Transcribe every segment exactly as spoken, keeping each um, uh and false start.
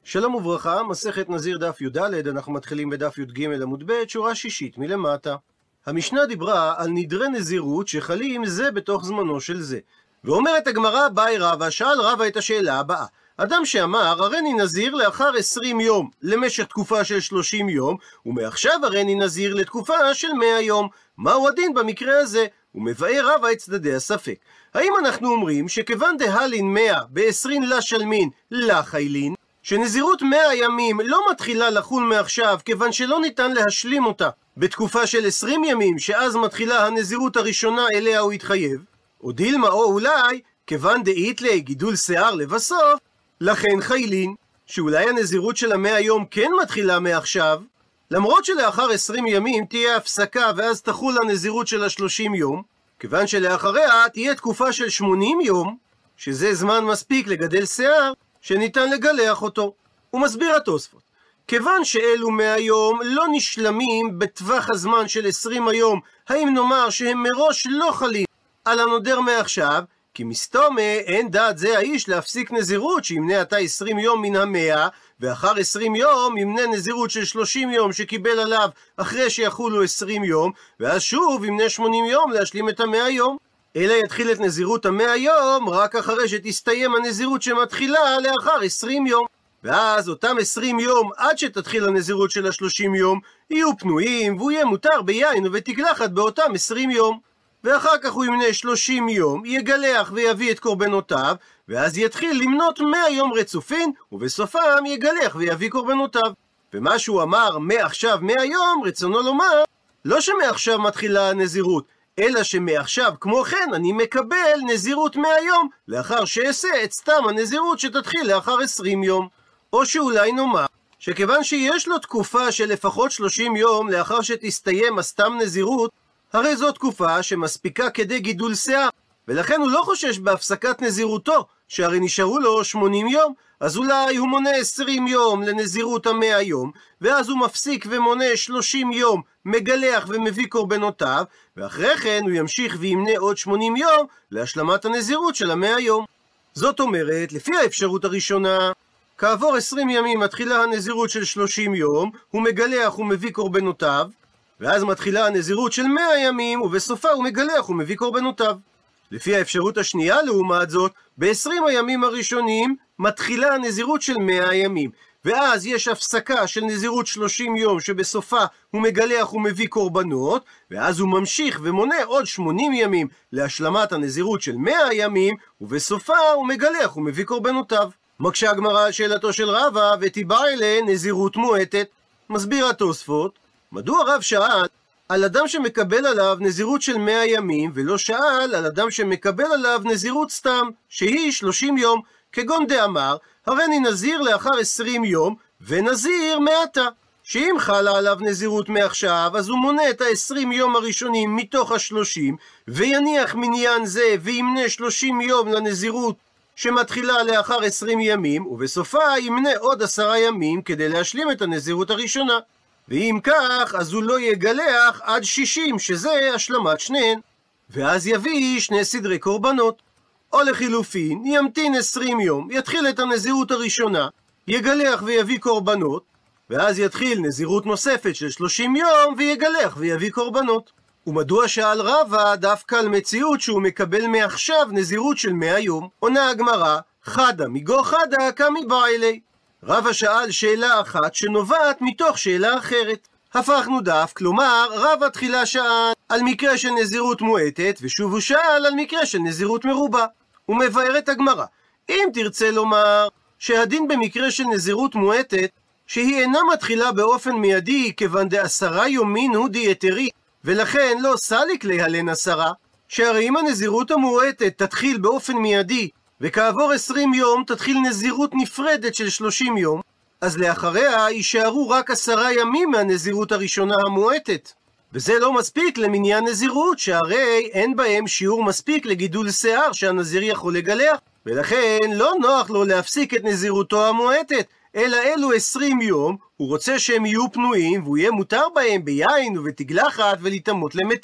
שלום וברכה, מסכת נזיר דף י"ד, אנחנו מתחילים בדף י"ג עמוד ב', שורה שישית מלמטה. המשנה דיברה על נדרי נזירות שחלים זה בתוך זמנו של זה. ואומרת הגמרא, באי רבא, שאל רבא את השאלה הבאה. אדם שאמר, הריני נזיר לאחר עשרים יום למשך תקופה של שלושים יום, ומעכשיו הריני נזיר לתקופה של מאה יום. מהו הדין במקרה הזה? ומבאר רבא את צדדי הספק. האם אנחנו אומרים שכיוון דהלין מאה בעשרים לשלמין לחיילין, שנזירות מאה ימים לא מתחילה לחול מעכשיו, כיוון שלא ניתן להשלים אותה בתקופה של עשרים ימים, שאז מתחילה הנזירות הראשונה אליה הוא התחייב, או דילמה או אולי, כיוון דאיתלי גידול שיער לבסוף, לכן חיילין, שאולי הנזירות של המאה יום כן מתחילה מעכשיו, למרות שלאחר עשרים ימים תהיה הפסקה ואז תחול הנזירות של השלושים יום, כיוון שלאחריה תהיה תקופה של שמונים יום, שזה זמן מספיק לגדל שיער, שניתן לגלח אותו. הוא מסביר התוספות, כיוון שאלו מאה יום לא נשלמים בטווח הזמן של עשרים היום, האם נאמר שהם מראש לא חלים על הנודר מעכשיו, כי מסתומה אין דעת זה האיש להפסיק נזירות שימנה עתה עשרים יום מן המאה, ואחר עשרים יום ימנה נזירות של שלושים יום שקיבל עליו אחרי שיחולו עשרים יום, ואז שוב ימנה שמונים יום להשלים את המאה יום. אלא יתחיל את נזירות המאה יום רק אחרי שתסתיים הנזירות שמתחילה לאחר עשרים יום. ואז אותם עשרים יום עד שתתחיל הנזירות של השלושים יום יהיו פנויים, והוא יהיה מותר ביין ובתגלחת באותם עשרים יום. ואחר כך הוא ימנה שלושים יום, יגלח ויביא את קורבנותיו, ואז יתחיל למנות מאה יום רצופין, ובסופם יגלח ויביא קורבנותיו. ומה שהוא אמר מעכשיו מאה יום, רצונו לומר לא שמעכשיו מתחילה הנזירות, אלא שמעכשיו כמו כן אני מקבל נזירות מאה יום, לאחר שאעשה את סתם הנזירות שתתחיל לאחר עשרים יום. או שאולי נאמר שכיוון שיש לו תקופה של לפחות שלושים יום לאחר שתסתיים הסתם נזירות, הרי זו תקופה שמספיקה כדי גידול שיער, ולכן הוא לא חושש בהפסקת נזירותו, שהרי נשארו לו שמונים יום, אז אולי הוא מונה עשרים יום לנזירות המאה יום, ואז הוא מפסיק ומונה שלושים יום, מגלח ומביא קורבנותיו, ואחרי כן הוא ימשיך וימנה עוד שמונים יום להשלמת הנזירות של המאה יום. זאת אומרת, לפי האפשרות הראשונה, כעבור עשרים ימים מתחילה הנזירות של שלושים יום, הוא מגלח ומביא קורבנותיו, ואז מתחילה הנזירות של מאה ימים, ובסופה הוא מגלח ומביא קורבנותיו. לפי האפשרות השנייה לעומת זאת, ב-עשרים הימים הראשונים מתחילה הנזירות של מאה ימים, ואז יש הפסקה של נזירות שלושים יום שבסופה הוא מגלח ומביא קורבנות, ואז הוא ממשיך ומונה עוד שמונים ימים להשלמת הנזירות של מאה ימים, ובסופה הוא מגלח ומביא קורבנותיו. מקשה הגמרא על שאלתו של רבא, ותיבא אלה נזירות מועטת. מסביר התוספות, מדוע רב שאל על אדם שמקבל עליו נזירות של מאה ימים, ולא שאל על אדם שמקבל עליו נזירות סתם, שהיא שלושים יום, כגון דאמר, הריני נזיר לאחר עשרים יום, ונזיר מעתה. שאם חלה עליו נזירות מעכשיו, אז הוא מונה את ה-עשרים יום הראשונים מתוך ה-שלושים, ויניח מניין זה, וימנה שלושים יום לנזירות שמתחילה לאחר עשרים ימים, ובסופה ימנה עוד עשרה ימים כדי להשלים את הנזירות הראשונה. ואם כך, אז הוא לא יגלח עד שישים, שזה השלמת שניהן. ואז יביא שני סדרי קורבנות. או לחילופין, ימתין עשרים יום, יתחיל את הנזירות הראשונה, יגלח ויביא קורבנות, ואז יתחיל נזירות נוספת של שלושים יום, ויגלח ויביא קורבנות. ומדוע שאל רבא דווקא על מציאות שהוא מקבל מעכשיו נזירות של מאה יום? עונה הגמרא, חדה מגו חדה קמי באילי. רבא שאל שאלה אחת שנובעת מתוך שאלה אחרת. הפכנו דף, כלומר רבא תחילה שאל על מקרה של נזירות מועטת, ושוב הוא שאל על מקרה של נזירות מרובה. הוא מבאר את הגמרא, אם תרצה לומר שהדין במקרה של נזירות מועטת, שהיא אינה מתחילה באופן מיידי, כיוון דעשרה יומין הוא דיתרי, ולכן לא סליק להלן עשרה, שהרי אם הנזירות המועטת תתחיל באופן מיידי, וכעבור עשרים יום תתחיל נזירות נפרדת של שלושים יום, אז לאחריה יישארו רק עשרה ימים מהנזירות הראשונה המועטת. וזה לא מספיק למניין נזירות, שהרי אין בהם שיעור מספיק לגידול שיער שהנזיר יכול לגלח, ולכן לא נוח לו להפסיק את נזירותו המועטת, אלא אלו עשרים יום, הוא רוצה שהם יהיו פנויים, והוא יהיה מותר בהם ביין ובתגלחת ולהיטמות למתים.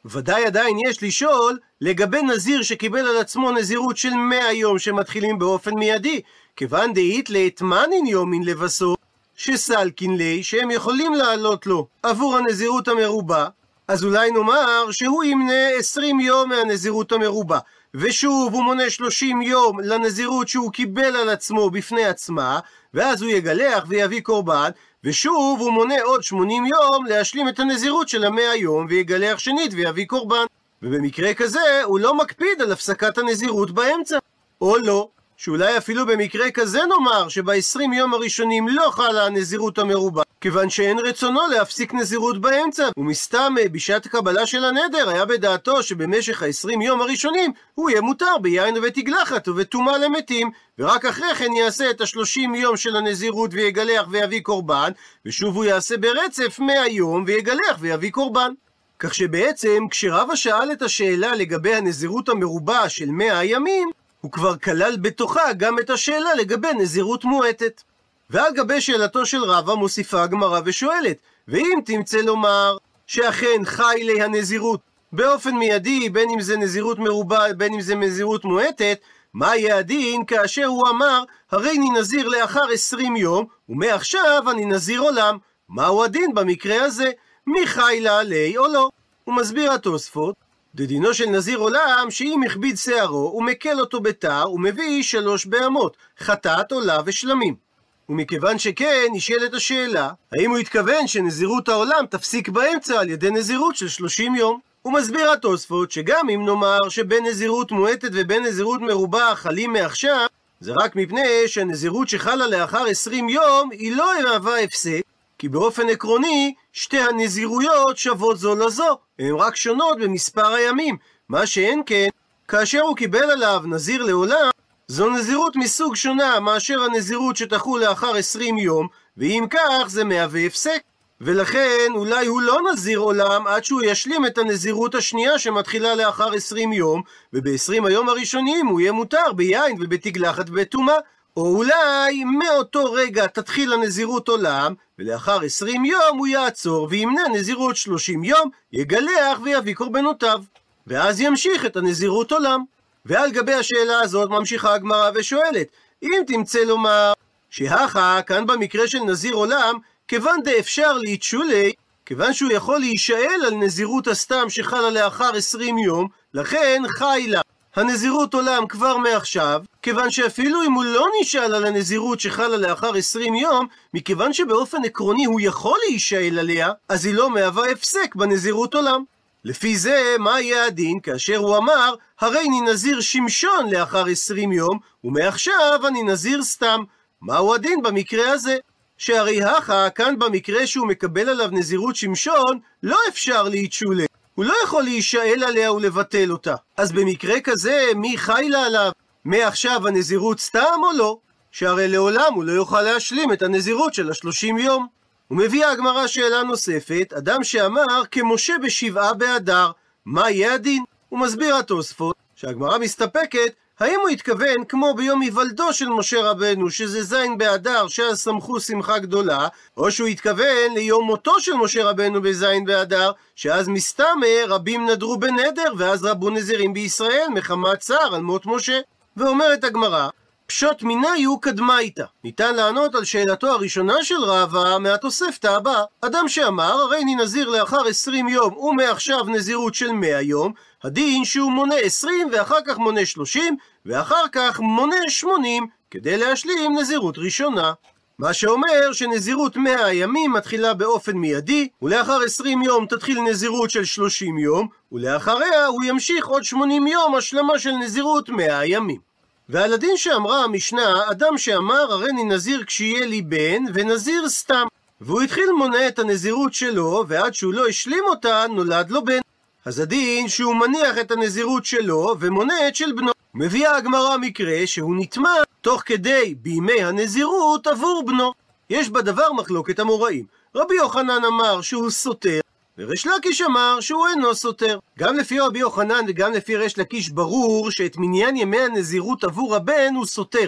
ודאי עדיין יש לשאול לגבי נזיר שקיבל על עצמו נזירות של מאה יום שמתחילים באופן מיידי, כיוון דאית לאתמנין יומין לבסו, שסלקין לי, שהם יכולים לעלות לו עבור הנזירות המרובה, אז אולי נאמר שהוא ימנה עשרים יום מהנזירות המרובה, ושוב הוא מונה שלושים יום לנזירות שהוא קיבל על עצמו בפני עצמה, ואז הוא יגלח ויביא קורבן, ושוב הוא מונה עוד שמונים יום להשלים את הנזירות של המאה יום, ויגלח שנית ויביא קורבן. ובמקרה כזה הוא לא מקפיד על הפסקת הנזירות באמצע. או לא, שאולי אפילו במקרה כזה נאמר שב-עשרים יום הראשונים לא חלה הנזירות המרובה, כיוון שאין רצונו להפסיק נזירות באמצע, ומסתם בשעת הקבלה של הנדר היה בדעתו שבמשך ה-עשרים יום הראשונים הוא יהיה מותר ביין ובתגלחת ובטומאה למתים, ורק אחרי כן יעשה את ה-שלושים יום של הנזירות ויגלח ויביא קורבן, ושוב הוא יעשה ברצף מאה יום ויגלח ויביא קורבן. כך שבעצם כשרבא שאל את השאלה לגבי הנזירות המרובה של מאה הימים, הוא כבר כלל בתוכה גם את השאלה לגבי נזירות מועטת. ועל גבי שאלתו של רבא מוסיפה הגמרא ושואלת, ואם תמצא לומר שאכן חי לי הנזירות באופן מיידי, בין אם זה נזירות מרובה בין אם זה נזירות מועטת, מה יהיה הדין כאשר הוא אמר הרי אני נזיר לאחר עשרים יום ומעכשיו אני נזיר עולם? מהו הדין במקרה הזה? מי חי לה עלי או לא? הוא מסביר התוספות, דדינו של נזיר עולם שאם הכביד שערו ומקל אותו בתר ומביא שלוש בהמות, חטאת עולה ושלמים. ומכיוון שכן נשאלת השאלה האם הוא התכוון שנזירות העולם תפסיק באמצע על ידי נזירות של שלושים יום. הוא מסביר התוספות שגם אם נאמר שבין נזירות מועטת ובין נזירות מרובה חלים מעכשיו, זה רק מפני שהנזירות שחלה לאחר עשרים יום היא לא מהווה הפסק, כי באופן עקרוני שתי הנזירויות שוות זו לזו, הן רק שונות במספר הימים, מה שאין כן כאשר הוא קיבל עליו נזיר לעולם, זו נזירות מסוג שונה מאשר הנזירות שתחול לאחר עשרים יום, ואם כך זה מהווה הפסק, ולכן אולי הוא לא נזיר עולם עד שהוא ישלים את הנזירות השנייה שמתחילה לאחר עשרים יום, וב-עשרים היום הראשונים הוא יהיה מותר ביין ובתגלחת ובטומאה. או אולי מאותו רגע תתחיל הנזירות עולם, ולאחר עשרים יום הוא יעצור וימנה נזירות שלושים יום, יגלח ויביא קורבנותיו, ואז ימשיך את הנזירות עולם. ועל גבי השאלה הזאת ממשיכה הגמרא ושואלת, אם תמצא לומר שהכה כאן במקרה של נזיר עולם, כיוון דאפשר להתשולי, כיוון שהוא יכול להישאל על נזירות הסתם שחלה לאחר עשרים יום, לכן חי לה הנזירות עולם כבר מעכשיו, כיוון שאפילו אם הוא לא נשאל על הנזירות שחלה לאחר עשרים יום, מכיוון שבאופן עקרוני הוא יכול להישאל עליה, אז היא לא מהווה הפסק בנזירות עולם. לפי זה, מה יהיה הדין כאשר הוא אמר, הרי אני נזיר שמשון לאחר עשרים יום, ומעכשיו אני נזיר סתם? מהו הדין במקרה הזה? שהרי הכה, כאן במקרה שהוא מקבל עליו נזירות שמשון, לא אפשר להתשולי. הוא לא יכול להישאל עליה ולבטל אותה. אז במקרה כזה, מי חי לה עליו? מעכשיו הנזירות סתם או לא? שהרי לעולם הוא לא יוכל להשלים את הנזירות של השלושים יום. ומביאה הגמרא שאלה נוספת, אדם שאמר כמשה בשבעה באדר, מה יהיה הדין? הוא מסביר התוספות שהגמרא מסתפקת האם הוא התכוון כמו ביום היוולדו של משה רבנו שזה זין באדר שאז שמחו שמחה גדולה, או שהוא התכוון ליום מותו של משה רבנו בזין באדר שאז מסתמא רבים נדרו בנדר ואז רבו נזירים בישראל מחמת צער על מות משה. ואומרת הגמרא, פשוט מיניו קדמייתא, ניתן לענות על שאלתו הראשונה של רבא מהתוספתא הבאה, אדם שאמר הרי אני נזיר לאחר עשרים יום ומעכשיו נזירות של מאה יום, הדין שהוא מונה עשרים ואחר כך מונה שלושים ואחר כך מונה שמונים כדי להשלים נזירות ראשונה. מה שאומר שנזירות מאה הימים מתחילה באופן מיידי, ולאחר עשרים יום תתחיל נזירות של שלושים יום, ולאחריה הוא ימשיך עוד שמונים יום השלמה של נזירות מאה הימים. ועל הדין שאמרה המשנה, אדם שאמר הרי אני נזיר כשיהיה לי בן ונזיר סתם, והוא התחיל מונה את הנזירות שלו ועד שהוא לא השלים אותה נולד לו בן, אז הדין שהוא מניח את הנזירות שלו ומונה את של בנו. מביאה הגמרא מקרה שהוא נטמע תוך כדי בימי הנזירות עבור בנו. יש בדבר מחלוקת המוראים, רבי יוחנן אמר שהוא סותר וריש לקיש אמר שהוא אינו סותר. גם לפי רבי יוחנן וגם לפי ריש לקיש ברור שאת מניין ימי הנזירות עבור הבן הוא סותר,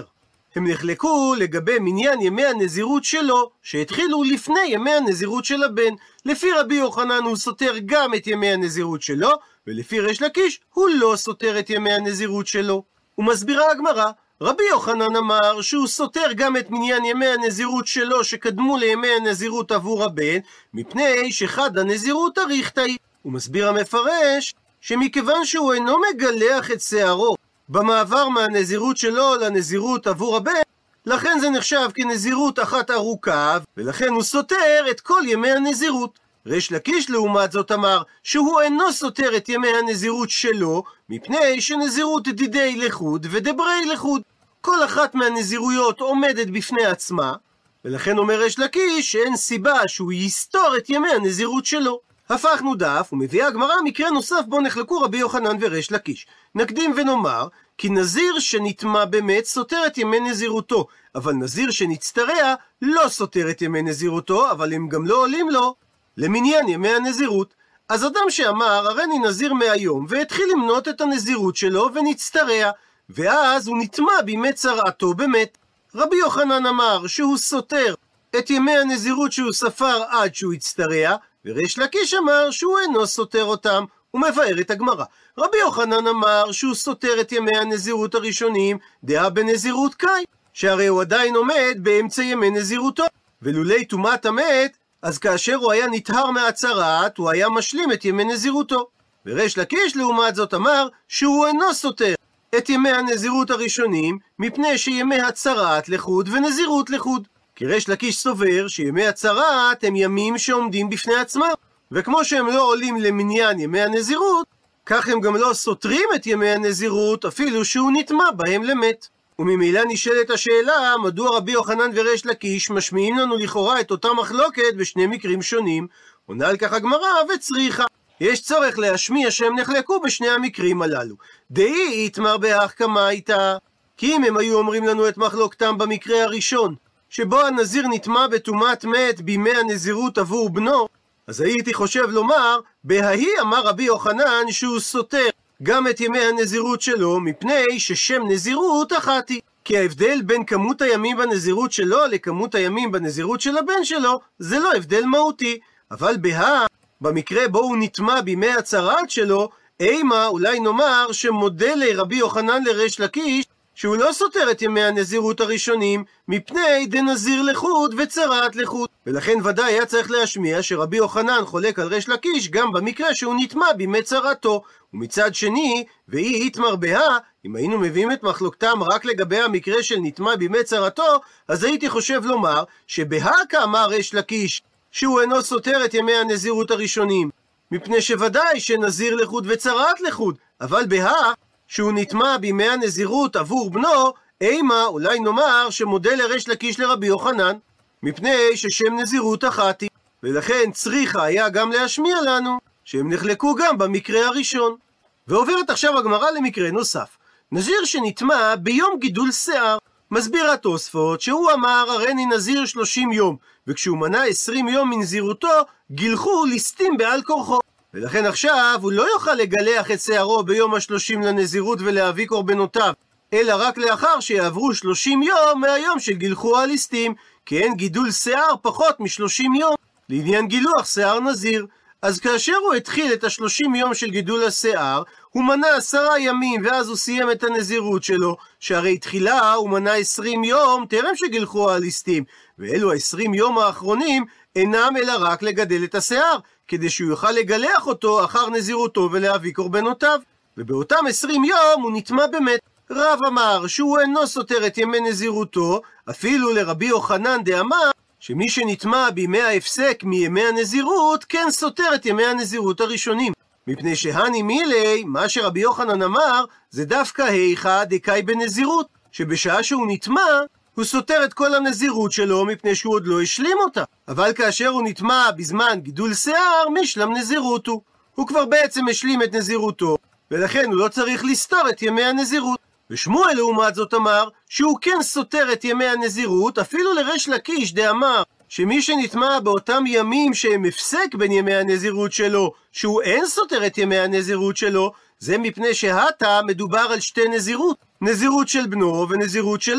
הם נחלקו לגבי מניין ימי הנזירות שלו, שהתחילו לפני ימי הנזירות של הבן. לפי רבי יוחנן הוא סותר גם את ימי הנזירות שלו, ולפי ריש לקיש הוא לא סותר את ימי הנזירות שלו. ומסבירה הגמרא, רבי יוחנן אמר שהוא סותר גם את מניין ימי הנזירות שלו שקדמו לימי הנזירות עבור הבן, מפני שחד הנזירות אריכתאי. הוא מסביר המפרש שמכיוון שהוא אינו מגלח את שערו במעבר מהנזירות שלו לנזירות עבור הבן, לכן זה נחשב כנזירות אחת ארוכה, ולכן הוא סותר את כל ימי הנזירות. ריש לקיש לעומת זאת אמר שהוא אינו סותר את ימי הנזירות שלו, מפני שנזירות דידי לחוד ודברי לחוד. כל אחת מהנזירויות עומדת בפני עצמה, ולכן אומר ריש לקיש שאין סיבה שהוא יסתור את ימי הנזירות שלו. הפכנו דף, ומביאה הגמרא מקרה נוסף בו נחלקו רבי יוחנן וריש לקיש. נקדים ונאמר כי נזיר שנטמא באמת סותר את ימי נזירותו, אבל נזיר שנצטרע לא סותר את ימי נזירותו, אבל הם גם לא עולים לו למניין ימי הנזירות. אז אדם שאמר הריני נזיר מהיום והתחיל למנות את הנזירות שלו ונצטרע, ואז הוא נטמא בימי צרעתו באמת. רבי יוחנן אמר שהוא סותר את ימי הנזירות שהוא ספר עד שהוא הצטרע, וריש לקיש אמר שהוא אינו סותר אותם. הוא מבאר את הגמרא. רבי יוחנן אמר שהוא סותר את ימי הנזירות הראשונים דעה בנזירות קאי, שהרי הוא עדיין עומד באמצע ימי נזירותו, ולולי טומאת המת, אז כאשר הוא היה נטהר מהצרעת, הוא היה משלים את ימי נזירותו. וריש לקיש לעומת זאת אמר שהוא אינו סותר את ימי הנזירות הראשונים, מפני שימי הצרעת לחוד ונזירות לחוד. כי ריש לקיש סובר שימי הצרעת הם ימים שעומדים בפני עצמם, וכמו שהם לא עולים למניין ימי הנזירות, כך הם גם לא סותרים את ימי הנזירות אפילו שהוא נטמא בהם למת. וממילא נשאלת השאלה מדוע רבי יוחנן וריש לקיש משמיעים לנו לכאורה את אותה מחלוקת בשני מקרים שונים. עונה על כך הגמרא וצריכה. יש צורך להשמיע שהם נחלקו בשני המקרים הללו. דאי יתמר בהך כמה הייתה, כי אם הם היו אומרים לנו את מחלוקתם במקרה הראשון, שבו הנזיר נטמא בטומאת מת בימי הנזירות עבור בנו, אז הייתי חושב לומר, בההי אמר רבי יוחנן שהוא סותר גם את ימי הנזירות שלו, מפני ששם נזירות אחת היא. כי ההבדל בין כמות הימים בנזירות שלו לכמות הימים בנזירות של הבן שלו, זה לא הבדל מהותי. אבל בה, במקרה בו הוא נטמא בימי הצרעת שלו, אימה אולי נאמר שמודל לרבי יוחנן לריש לקיש, שהוא לא סותר את ימי הנזירות הראשונים, מפני דנזיר לחוד וצרעת לחוד. ולכן ודאי היה צריך להשמיע שרבי יוחנן חולק על ריש לקיש גם במקרה שהוא נטמא בימי צרעתו. ומצד שני, ואי יתמר בה, אם היינו מביאים את מחלוקתם רק לגבי המקרה של נטמא בימי צרעתו, אז הייתי חושב לומר שבה כאמר ריש לקיש שהוא אינו סותר את ימי הנזירות הראשונים, מפני שוודאי שנזיר לחוד וצרעת לחוד. אבל בה שהוא נטמא בימי הנזירות עבור בנו, אימה אולי נאמר שמודל לריש לקיש לרבי יוחנן, מפני ששם נזירות אחת היא. ולכן צריכה היה גם להשמיע לנו שהם נחלקו גם במקרה הראשון. ועוברת עכשיו הגמרא למקרה נוסף. נזיר שנטמא ביום גידול שיער. מסביר התוספות שהוא אמר הריני נזיר שלושים יום, וכשהוא מנה עשרים יום מנזירותו גילחו ליסטים בעל כורחו, ולכן עכשיו הוא לא יוכל לגלח את שערו ביום השלושים לנזירות ולהביא קורבנותיו, אלא רק לאחר שיעברו שלושים יום מהיום שגילחו הליסטים, כי אין גידול שיער פחות משלושים יום לעניין גילוח שיער נזיר. אז כאשר הוא התחיל את השלושים יום של גידול השיער, הוא מנה עשרה ימים ואז הוא סיים את הנזירות שלו, שהרי תחילה הוא מנה עשרים יום טרם שגילחו הליסטים, ואלו ה-עשרים יום האחרונים אינם אלא רק לגדל את השיער, כדי שהוא יוכל לגלח אותו אחר נזירותו ולהביא קורבנותיו. ובאותם עשרים יום הוא נטמא באמת. רב אמר שהוא אינו סותר את ימי נזירותו, אפילו לרבי יוחנן דאמר שמי שנטמא בימי ההפסק מימי הנזירות כן סותר את ימי הנזירות הראשונים, מפני שהני מילי, מה שרבי יוחנן אמר זה דווקא היכא דקאי בנזירות, שבשעה שהוא נטמא הוא סותר את כל הנזירות שלו מפני שהוא עוד לא השלים אותה, אבל כאשר הוא נטמא בזמן גידול שיער משלם נזירות הוא הוא כבר בעצם השלים את נזירותו, ולכן הוא לא צריך לסתור את ימי הנזירות. ושמואל לעומת זאת אמר שהוא כן סותר את ימי הנזירות, אפילו לריש לקיש דאמר שמי שנטמא באותם ימים שהם הפסק בין ימי הנזירות שלו, שהוא אין סותר את ימי הנזירות שלו, זה מפני שהתה מדובר על שתי נזירות, נזירות של בנו ונזירות שלו,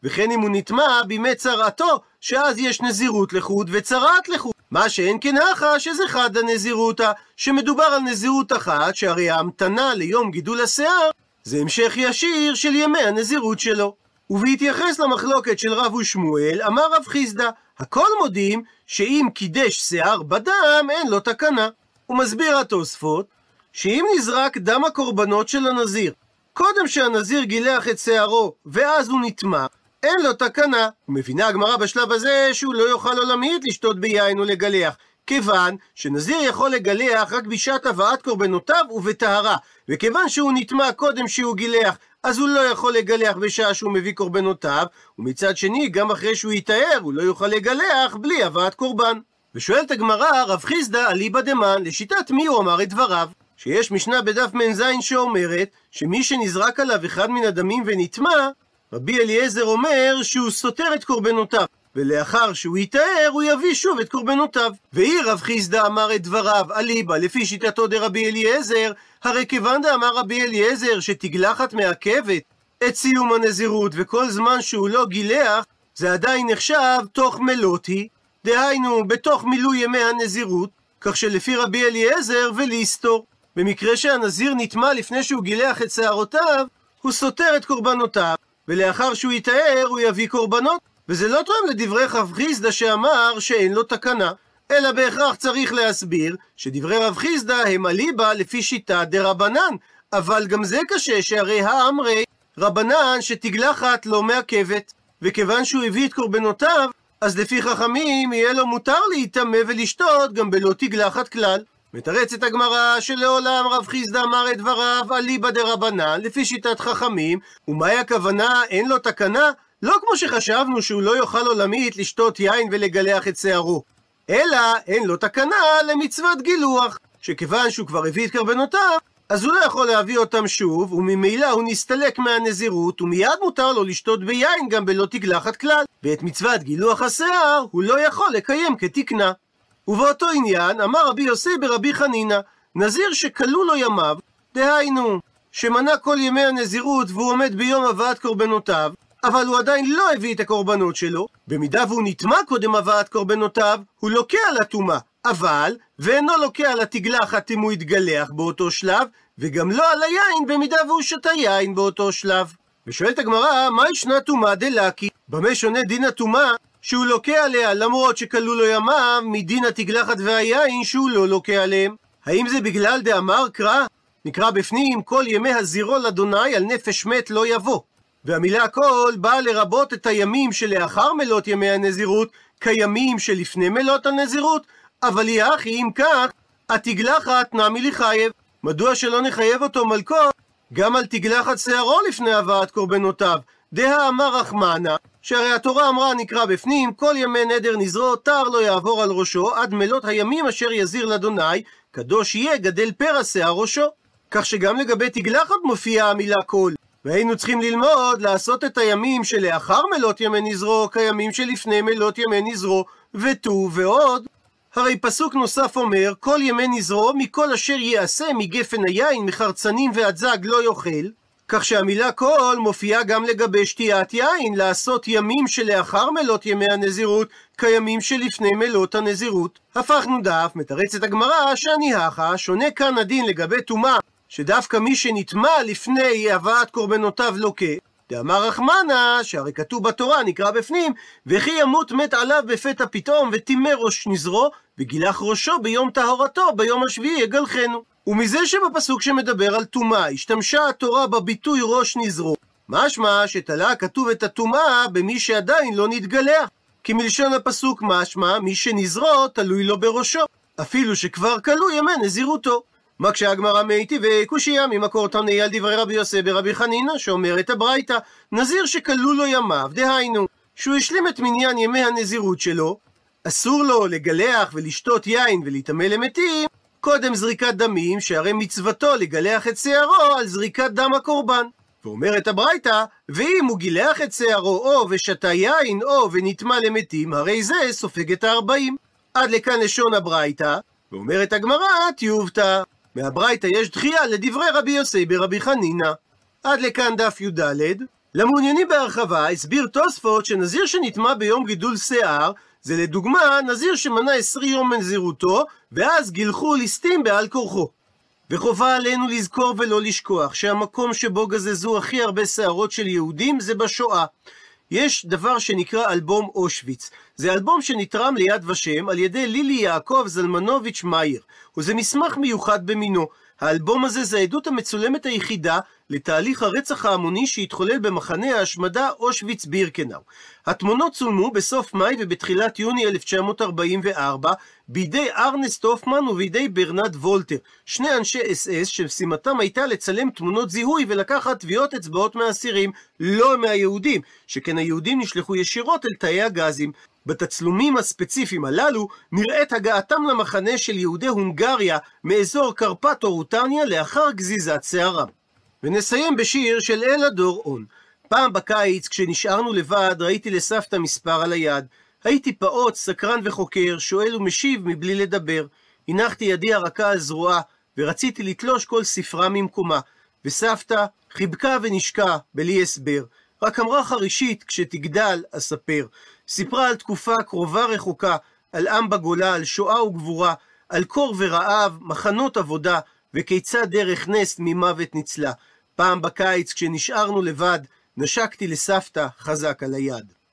וכן אם הוא נטמע בימי צרעתו, שאז יש נזירות לחוד וצרעת לחוד. מה שאין כן הכה שזה חד הנזירותא, שמדובר על נזירות אחת, שהרי ההמתנה ליום גידול השיער זה המשך ישיר של ימי הנזירות שלו. ובהתייחס למחלוקת של רב ושמואל, אמר רב חיסדא, הכל מודים שאם קידש שיער בדם אין לו תקנה. הוא מסביר התוספות שאם נזרק דם הקורבנות של הנזיר קודם שהנזיר גילח את שערו ואז הוא נטמע, אין לו תקנה. ומבינה הגמרא בשלב הזה שהוא לא יוכל עולמית לשתות ביין ולגלח, כיוון שנזיר יכול לגלח רק בשעת הבאת קורבנותיו ובטהרה, וכיוון שהוא נטמע קודם שהוא גילח, אז הוא לא יכול לגלח בשעה שהוא מביא קורבנותיו, ומצד שני גם אחרי שהוא יטהר הוא לא יוכל לגלח בלי הבאת קורבן. ושואלת הגמרא, רב חיסדא אליבא דמן, לשיטת מי הוא אמר את דבריו? שיש משנה בדף מ"ז שאומרת שמי שנזרק עליו אחד מן הדמים ונטמע, רבי אליעזר אומר שהוא סותר את קורבנותיו, ולאחר שהוא יטהר הוא יביא שוב את קורבנותיו. ואי רב חיסדא אמר את דבריו אליבא לפי שיטתו דרבי אליעזר, הרי כיוון דאמר רבי אליעזר שתגלחת מעכבת את סיום הנזירות וכל זמן שהוא לא גילח, זה עדיין נחשב תוך מלות היא, דהיינו בתוך מילוי ימי הנזירות, כך שלפי רבי אליעזר ולהסתור. במקרה שהנזיר נטמע לפני שהוא גילח את שערותיו, הוא סותר את קורבנותיו, ולאחר שהוא יטהר הוא יביא קורבנות, וזה לא תואם לדברי רב חיסדא שאמר שאין לו תקנה, אלא בהכרח צריך להסביר שדברי רב חיסדא הם אליבא לפי שיטה דרבנן, אבל גם זה קשה, שהרי האמרי רבנן שתגלחת לא מעכבת, וכיוון שהוא הביא את קורבנותיו, אז לפי חכמים יהיה לו מותר להיטמא ולשתות גם בלא תגלחת כלל. מתרצת הגמרא שלעולם רב חיסדא אמר את דבריו אליבא דרבנן לפי שיטת חכמים, ומהי הכוונה אין לו תקנה? לא כמו שחשבנו שהוא לא יוכל עולמית לשתות יין ולגלח את שערו, אלא אין לו תקנה למצוות גילוח, שכיוון שהוא כבר הביא את קורבנותיו, אז הוא לא יכול להביא אותם שוב, וממילא הוא נסתלק מהנזירות, ומיד מותר לו לשתות ביין גם בלא תגלחת כלל, ואת מצוות גילוח השיער הוא לא יכול לקיים כתקנה. ובאותו עניין אמר רבי יוסי ברבי חנינא, נזיר שכלו לו ימיו, דהיינו שמנה כל ימי הנזירות והוא עומד ביום הבאת קורבנותיו, אבל הוא עדיין לא הביא את הקורבנות שלו, במידה והוא נטמע קודם הבאת קורבנותיו, הוא לוקה על הטומאה, אבל ואינו לוקה על התגלחת אם הוא יתגלח באותו שלב, וגם לא על היין במידה והוא שתה יין באותו שלב. ושואלת הגמרא, מה ישנה טומאה דלקי? במה שונה דין הטומאה שהוא לוקה עליה למרות שכלו לו ימיו מדין התגלחת והיין שהוא לא לוקה עליהם? האם זה בגלל דאמר קרא? נקרא בפנים כל ימי הזירו לאדוני על נפש מת לא יבוא, והמילה כל באה לרבות את הימים שלאחר מלות ימי הנזירות כימים שלפני מלות הנזירות, אבל יחי אם כך התגלחת נמי לחייב. מדוע שלא נחייב אותו מלכו גם על תגלחת שערו לפני הבאת קורבנותיו? דה אמר רחמנה, שהרי התורה אמרה נקרא בפנים כל ימי נדר נזרו תר לא יעבור על ראשו עד מלות הימים אשר יזיר לאדוני קדוש יהיה גדל פרע שיער ראשו, כך שגם לגבי תגלחת מופיעה המילה כל, והיינו צריכים ללמוד לעשות את הימים שלאחר מלות ימי נזרו כימים שלפני מלות ימי נזרו ותו ועוד. הרי פסוק נוסף אומר כל ימי נזרו מכל אשר יעשה מגפן היין מחרצנים ועד זג לא יאכל, כך שהמילה כל מופיעה גם לגבי שתיית יין, לעשות ימים שלאחר מלות ימי הנזירות כימים שלפני מלות הנזירות. הפכנו דף, מתרצת הגמרא שאני הכה שונה כאן הדין לגבי טומאה שדווקא מי שנטמע לפני הבאת קורבנותיו לוקה, דאמר רחמנה שהרי כתוב בתורה נקרא בפנים וכי ימות מת עליו בפתע פתאום וטימא ראש נזרו וגילח ראשו ביום טהרתו ביום השביעי יגלחנו. ומזה שבפסוק שמדבר על טומאה השתמשה התורה בביטוי ראש נזרו, משמע שתלה כתוב את הטומאה במי שעדיין לא נתגלח, כי מלשון הפסוק משמע מי שנזרו תלוי לו בראשו אפילו שכבר כלו ימי נזירותו. מה כשהגמרא מאיתי וקושיה ממקור תנאי על דברי רבי יוסי ברבי חנינא שאומרת הברייתא נזיר שכלו לו ימיו, דהיינו שהוא השלים את מניין ימי הנזירות שלו, אסור לו לגלח ולשתות יין ולהיטמא למתים קודם זריקת דמים, שהרי מצוותו לגלח את שערו על זריקת דם הקורבן. ואומרת הברייתא ואם הוא גילח את שערו או ושתה יין או ונטמא למתים הרי זה סופג את הארבעים. עד לכאן לשון הברייתא. ואומרת הגמרא תיובתא, מהברייתא יש דחייה לדברי רבי יוסי ברבי חנינא. עד לכאן דף י"ד. למעוניינים בהרחבה, הסביר תוספות שנזיר שנטמא ביום גידול שיער, זה לדוגמה נזיר שמנה עשרים יום מנזירותו, ואז גילחו ליסטים בעל כורחו. וחובה עלינו לזכור ולא לשכוח שהמקום שבו גזזו הכי הרבה שערות של יהודים זה בשואה. יש דבר שנקרא אלבום אושוויץ. זה אלבום שנתרם ליד ושם על ידי לילי יעקב זלמנוביץ' מאייר, וזה מסמך מיוחד במינו. האלבום הזה זה העדות המצולמת היחידה לתהליך הרצח ההמוני שהתחולל במחנה ההשמדה אושוויץ בירקנאו. התמונות צולמו בסוף מאי ובתחילת יוני אלף תשע מאות ארבעים וארבע בידי ארנסט הופמן ובידי ברנרד וולטר, שני אנשי אס אס שמשימתם הייתה לצלם תמונות זיהוי ולקחת טביעות אצבעות מהאסירים, לא מהיהודים, שכן היהודים נשלחו ישירות אל תאי הגזים. בתצלומים הספציפיים הללו נראית הגעתם למחנה של יהודי הונגריה מאזור קרפטו-רוטניה לאחר גזיזת שערם. ונסיים בשיר של אלה דור-און. פעם בקיץ כשנשארנו לבד ראיתי לסבתא מספר על היד. הייתי פעוט, סקרן וחוקר, שואל ומשיב מבלי לדבר. הנחתי ידי הרכה על זרועה ורציתי לתלוש כל ספרה ממקומה, וסבתא חיבקה ונשקה בלי הסבר. רק אמרה חרישית, כשתגדל אספר. סיפרה על תקופה קרובה רחוקה, על עם בגולה, על שואה וגבורה, על קור ורעב, מחנות עבודה, וכיצד דרך נס ממוות ניצלה. פעם בקיץ כשנשארנו לבד, נשקתי לסבתא חזק על היד.